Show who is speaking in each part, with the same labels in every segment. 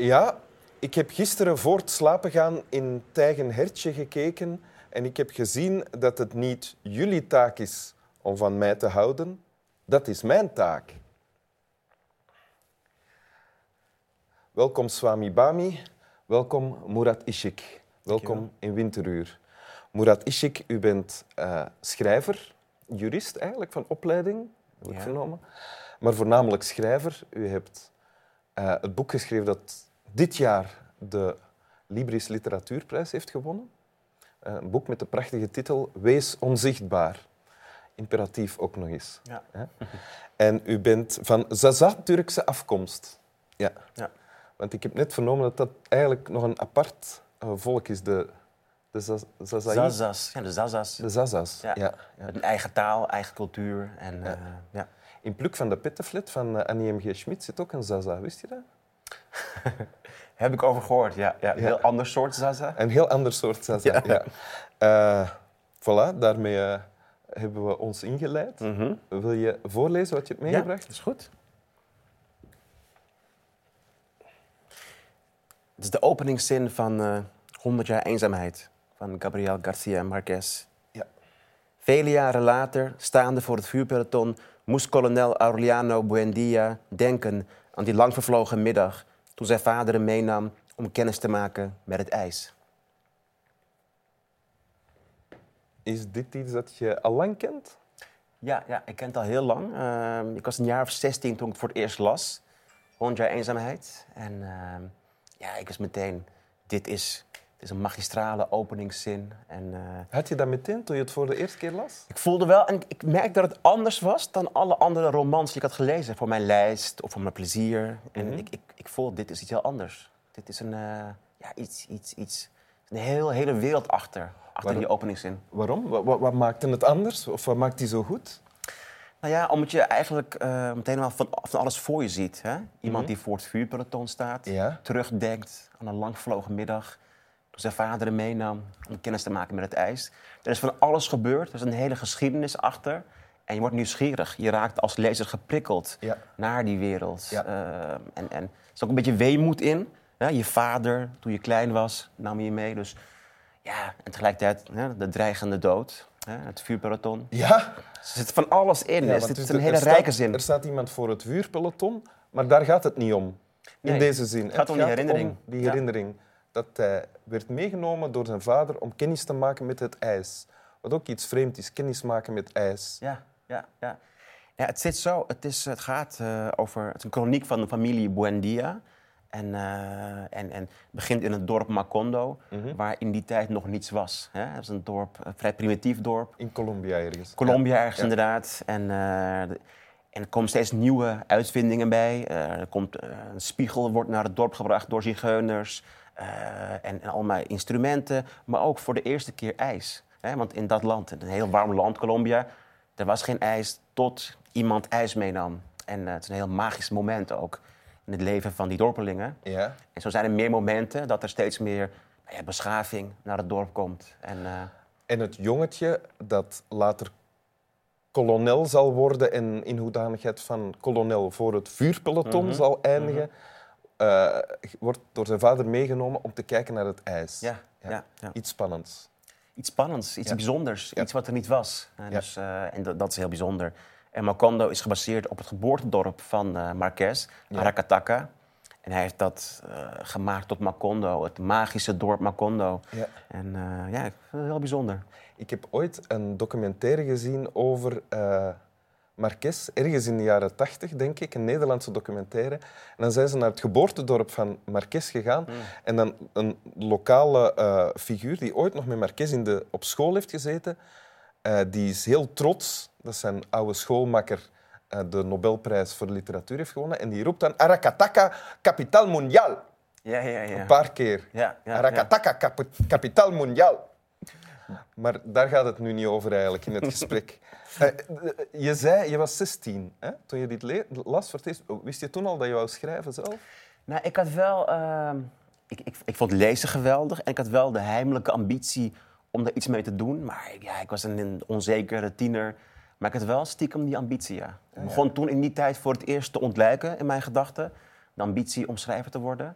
Speaker 1: Ja, ik heb gisteren voor het slapen gaan in Tijgen Hertje gekeken en ik heb gezien dat het niet jullie taak is om van mij te houden. Dat is mijn taak. Welkom Swami Bami, welkom Murat Işık. Welkom in Winteruur. Murat Işık, u bent schrijver, jurist eigenlijk van opleiding, heb ik vernomen. Maar voornamelijk schrijver. U hebt het boek geschreven dat dit jaar de Libris Literatuurprijs heeft gewonnen. Een boek met de prachtige titel Wees onzichtbaar. Imperatief ook nog eens.
Speaker 2: Ja.
Speaker 1: En u bent van Zaza-Turkse afkomst.
Speaker 2: Ja.
Speaker 1: Want ik heb net vernomen dat dat eigenlijk nog een apart volk is, de Zazaï.
Speaker 2: Zazas. Ja, de Zazas.
Speaker 1: De Zazas, ja.
Speaker 2: Met een eigen taal, eigen cultuur. En, ja.
Speaker 1: In Pluk van de Pettenflat van Annie M.G. Schmid zit ook een Zaza, wist je dat?
Speaker 2: Heb ik over gehoord, ja. Een heel ander soort Zaza.
Speaker 1: Een heel ander soort Zaza, ja. Voilà, daarmee hebben we ons ingeleid.
Speaker 2: Mm-hmm.
Speaker 1: Wil je voorlezen wat je hebt meegebracht?
Speaker 2: Ja, dat is goed. Het is de openingszin van 100 jaar eenzaamheid van Gabriel García Márquez.
Speaker 1: Ja.
Speaker 2: Vele jaren later, staande voor het vuurpeloton, moest kolonel Aureliano Buendía denken aan die lang vervlogen middag toen zijn vader hem meenam om kennis te maken met het ijs.
Speaker 1: Is dit iets dat je al lang kent?
Speaker 2: Ja, ik ken het al heel lang. Ik was een jaar of 16 toen ik het voor het eerst las. 100 jaar eenzaamheid. En ik was meteen, dit is een magistrale openingszin. En,
Speaker 1: Had je dat meteen toen je het voor de eerste keer las?
Speaker 2: ik voelde wel, en ik merkte dat het anders was dan alle andere romans die ik had gelezen. Voor mijn lijst of voor mijn plezier. En ik voelde, dit is iets heel anders. Dit is een hele wereld achter die openingszin.
Speaker 1: Waarom? Wat maakte het anders? Of wat maakt die zo goed?
Speaker 2: Nou ja, omdat je eigenlijk meteen wel van alles voor je ziet. Hè? Iemand die voor het vuurpeloton staat, terugdenkt aan een lang vervlogen middag. Toen zijn vader hem meenam om kennis te maken met het ijs. Er is van alles gebeurd, er is een hele geschiedenis achter. En je wordt nieuwsgierig. Je raakt als lezer geprikkeld naar die wereld.
Speaker 1: Ja.
Speaker 2: En er is ook een beetje weemoed in. Ja, je vader, toen je klein was, nam je mee. Dus ja, en tegelijkertijd de dreigende dood. Het vuurpeloton.
Speaker 1: Ja.
Speaker 2: Er zit van alles in.
Speaker 1: Ja,
Speaker 2: Het is een hele rijke zin.
Speaker 1: Er staat iemand voor het vuurpeloton, maar daar gaat het niet om. In deze zin.
Speaker 2: Het gaat om die herinnering.
Speaker 1: Om die herinnering. Dat hij werd meegenomen door zijn vader om kennis te maken met het ijs. Wat ook iets vreemd is, kennis maken met ijs.
Speaker 2: Ja, het zit zo. Het gaat over... Het is een kroniek van de familie Buendía. En begint in het dorp Macondo, waar in die tijd nog niets was. Hè? Dat is een dorp, een vrij primitief dorp.
Speaker 1: In Colombia ergens.
Speaker 2: Colombia ergens, inderdaad. En er komen steeds nieuwe uitvindingen bij. Er komt een spiegel wordt naar het dorp gebracht door zigeuners. En allemaal instrumenten. Maar ook voor de eerste keer ijs. Hè? Want in dat land, een heel warm land, Colombia, er was geen ijs tot iemand ijs meenam. En het is een heel magisch moment ook in het leven van die dorpelingen.
Speaker 1: Ja.
Speaker 2: En zo zijn er meer momenten dat er steeds meer beschaving naar het dorp komt.
Speaker 1: En het jongetje dat later kolonel zal worden en in hoedanigheid van kolonel voor het vuurpeloton zal eindigen, wordt door zijn vader meegenomen om te kijken naar het ijs.
Speaker 2: Ja.
Speaker 1: Iets spannends.
Speaker 2: Iets spannends, iets bijzonders, iets wat er niet was. Dus, en dat is heel bijzonder. En Macondo is gebaseerd op het geboortedorp van Márquez, Aracataca. En hij heeft dat gemaakt tot Macondo, het magische dorp Macondo. Ja. En ik vind het heel bijzonder.
Speaker 1: Ik heb ooit een documentaire gezien over Márquez, ergens in de jaren 80, denk ik, een Nederlandse documentaire. En dan zijn ze naar het geboortedorp van Márquez gegaan. En dan een lokale figuur die ooit nog met Márquez op school heeft gezeten, die is heel trots dat zijn oude schoolmakker de Nobelprijs voor de literatuur heeft gewonnen. En die roept dan Aracataca, capital mundial.
Speaker 2: Ja.
Speaker 1: Een paar keer. Aracataca, capital mundial. Maar daar gaat het nu niet over eigenlijk in het gesprek. Je zei, je was 16 hè? Toen je dit las voor het eerst. Wist je toen al dat je wou schrijven zelf?
Speaker 2: Nou, ik had wel... Ik vond lezen geweldig. En ik had wel de heimelijke ambitie om daar iets mee te doen. Maar ik was een onzekere tiener. Maar ik had wel stiekem die ambitie, Ik begon toen in die tijd voor het eerst te ontluiken in mijn gedachten. De ambitie om schrijver te worden.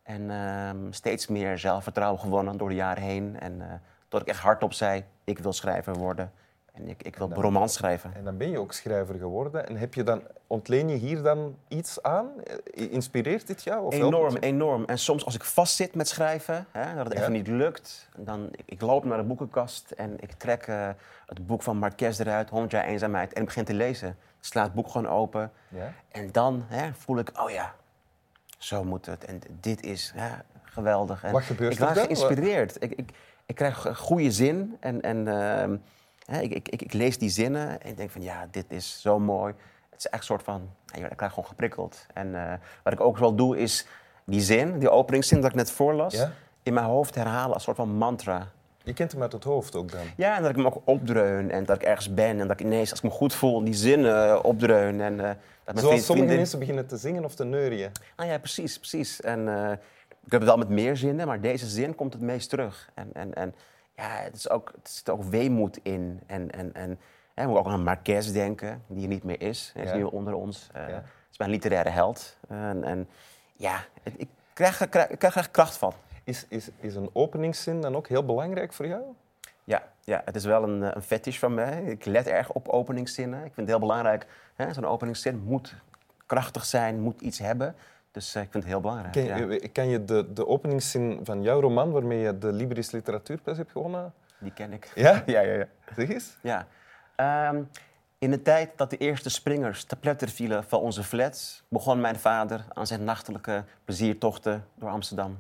Speaker 2: En steeds meer zelfvertrouwen gewonnen door de jaren heen. En tot ik echt hardop zei, ik wil schrijver worden. En ik wil romans schrijven.
Speaker 1: En dan ben je ook schrijver geworden. En ontleen je hier dan iets aan? Inspireert dit jou? Of
Speaker 2: Enorm, enorm. En soms als ik vastzit met schrijven, dat het even niet lukt, dan ik loop naar de boekenkast en ik trek het boek van Marquez eruit, 100 jaar eenzaamheid, en ik begin te lezen. Ik sla het boek gewoon open.
Speaker 1: Ja?
Speaker 2: En dan voel ik, oh ja, zo moet het. En dit is geweldig. En
Speaker 1: wat gebeurt
Speaker 2: ik
Speaker 1: er
Speaker 2: raak
Speaker 1: dan?
Speaker 2: geïnspireerd. Ik krijg goede zin en ik lees die zinnen en ik denk van ja, dit is zo mooi. Het is echt een soort van, ik krijg gewoon geprikkeld. En wat ik ook wel doe is die zin, die openingszin dat ik net voorlas, in mijn hoofd herhalen als een soort van mantra.
Speaker 1: Je kent hem uit het hoofd ook dan?
Speaker 2: Ja, en dat ik hem ook opdreun en dat ik ergens ben en dat ik ineens, als ik me goed voel, die zinnen opdreun. En, dat mijn
Speaker 1: Zoals sommige
Speaker 2: vriendin...
Speaker 1: mensen beginnen te zingen of te neurien.
Speaker 2: Ah ja, precies. En ik heb het wel met meer zinnen, maar deze zin komt het meest terug. En ja, er zit ook weemoed in. En we moeten ook aan Marquez denken, die er niet meer is. Hij is nu onder ons. Het is mijn literaire held. Ik krijg er kracht van.
Speaker 1: Is een openingszin dan ook heel belangrijk voor jou?
Speaker 2: Ja, het is wel een fetish van mij. Ik let erg op openingszinnen. Ik vind het heel belangrijk. Zo'n openingszin moet krachtig zijn, moet iets hebben. Dus ik vind het heel belangrijk.
Speaker 1: Ken je de openingszin van jouw roman, waarmee je de Libris Literatuurprijs hebt gewonnen?
Speaker 2: Die ken ik.
Speaker 1: Ja?
Speaker 2: Ja.
Speaker 1: Zeg eens.
Speaker 2: Ja. In de tijd dat de eerste springers te pletter vielen van onze flats, begon mijn vader aan zijn nachtelijke pleziertochten door Amsterdam.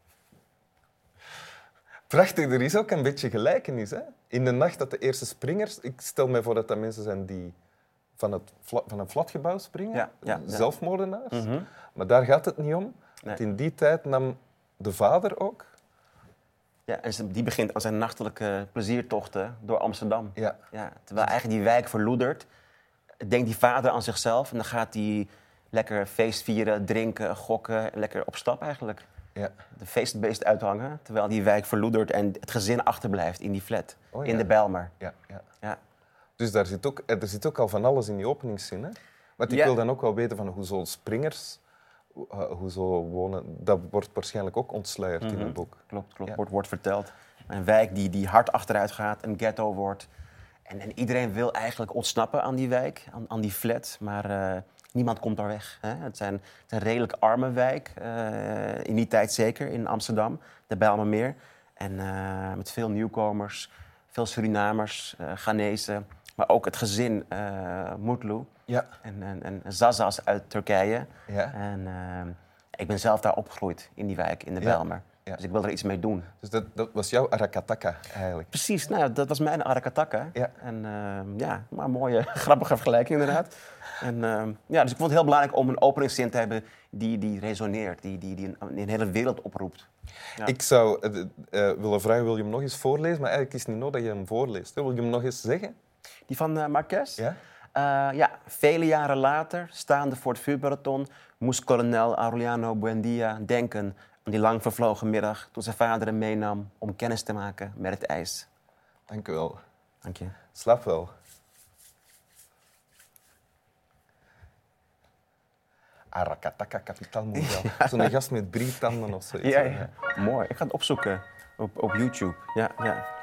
Speaker 1: Prachtig, er is ook een beetje gelijkenis. Hè? In de nacht dat de eerste springers... Ik stel me voor dat dat mensen zijn die van een flatgebouw springen.
Speaker 2: Ja.
Speaker 1: Zelfmoordenaars.
Speaker 2: Mm-hmm.
Speaker 1: Maar daar gaat het niet om.
Speaker 2: Nee.
Speaker 1: Want in die tijd nam de vader ook...
Speaker 2: Ja, en die begint aan zijn nachtelijke pleziertochten door Amsterdam.
Speaker 1: Ja.
Speaker 2: Terwijl eigenlijk die wijk verloedert, denkt die vader aan zichzelf en dan gaat hij lekker feest vieren, drinken, gokken en lekker op stap eigenlijk.
Speaker 1: Ja.
Speaker 2: De feestbeest uithangen, terwijl die wijk verloedert en het gezin achterblijft in die flat, in de Bijlmer.
Speaker 1: Ja. Dus er zit ook al van alles in die openingszin. Hè? Want ik wil dan ook wel weten van hoezo springers... Hoezo wonen, dat wordt waarschijnlijk ook ontsluierd in het boek.
Speaker 2: Klopt. Ja. Wordt verteld. Een wijk die hard achteruit gaat, een ghetto wordt. En iedereen wil eigenlijk ontsnappen aan die wijk, aan die flat. Maar niemand komt daar weg. Hè? Het is een redelijk arme wijk, in die tijd zeker, in Amsterdam, de Bijlmermeer. En met veel nieuwkomers, veel Surinamers, Ghanese. Maar ook het gezin Mutlu.
Speaker 1: Ja.
Speaker 2: En Zazas uit Turkije.
Speaker 1: Ja.
Speaker 2: En ik ben zelf daar opgegroeid, in die wijk, in de Bijlmer.
Speaker 1: Ja.
Speaker 2: Dus ik wil er iets mee doen.
Speaker 1: Dus dat was jouw Arakataka eigenlijk?
Speaker 2: Precies, dat was mijn Arakataka.
Speaker 1: Ja.
Speaker 2: En maar een mooie, grappige vergelijking inderdaad. En, dus ik vond het heel belangrijk om een openingszin te hebben die resoneert, die een hele wereld oproept. Ja.
Speaker 1: Ik zou willen vragen, wil je hem nog eens voorlezen? Maar eigenlijk is het niet nodig dat je hem voorleest. Wil je hem nog eens zeggen?
Speaker 2: Die van Marquez?
Speaker 1: Ja?
Speaker 2: Vele jaren later, staande voor het vuurpeloton, moest kolonel Aureliano Buendia denken aan die lang vervlogen middag toen zijn vader hem meenam om kennis te maken met het ijs.
Speaker 1: Dank u wel.
Speaker 2: Dank je.
Speaker 1: Slaap wel. Arakataka, kapitaal mondiaal. Zo'n gast met 3 tanden of zoiets.
Speaker 2: Ja. Mooi. Ik ga het opzoeken op YouTube. Ja.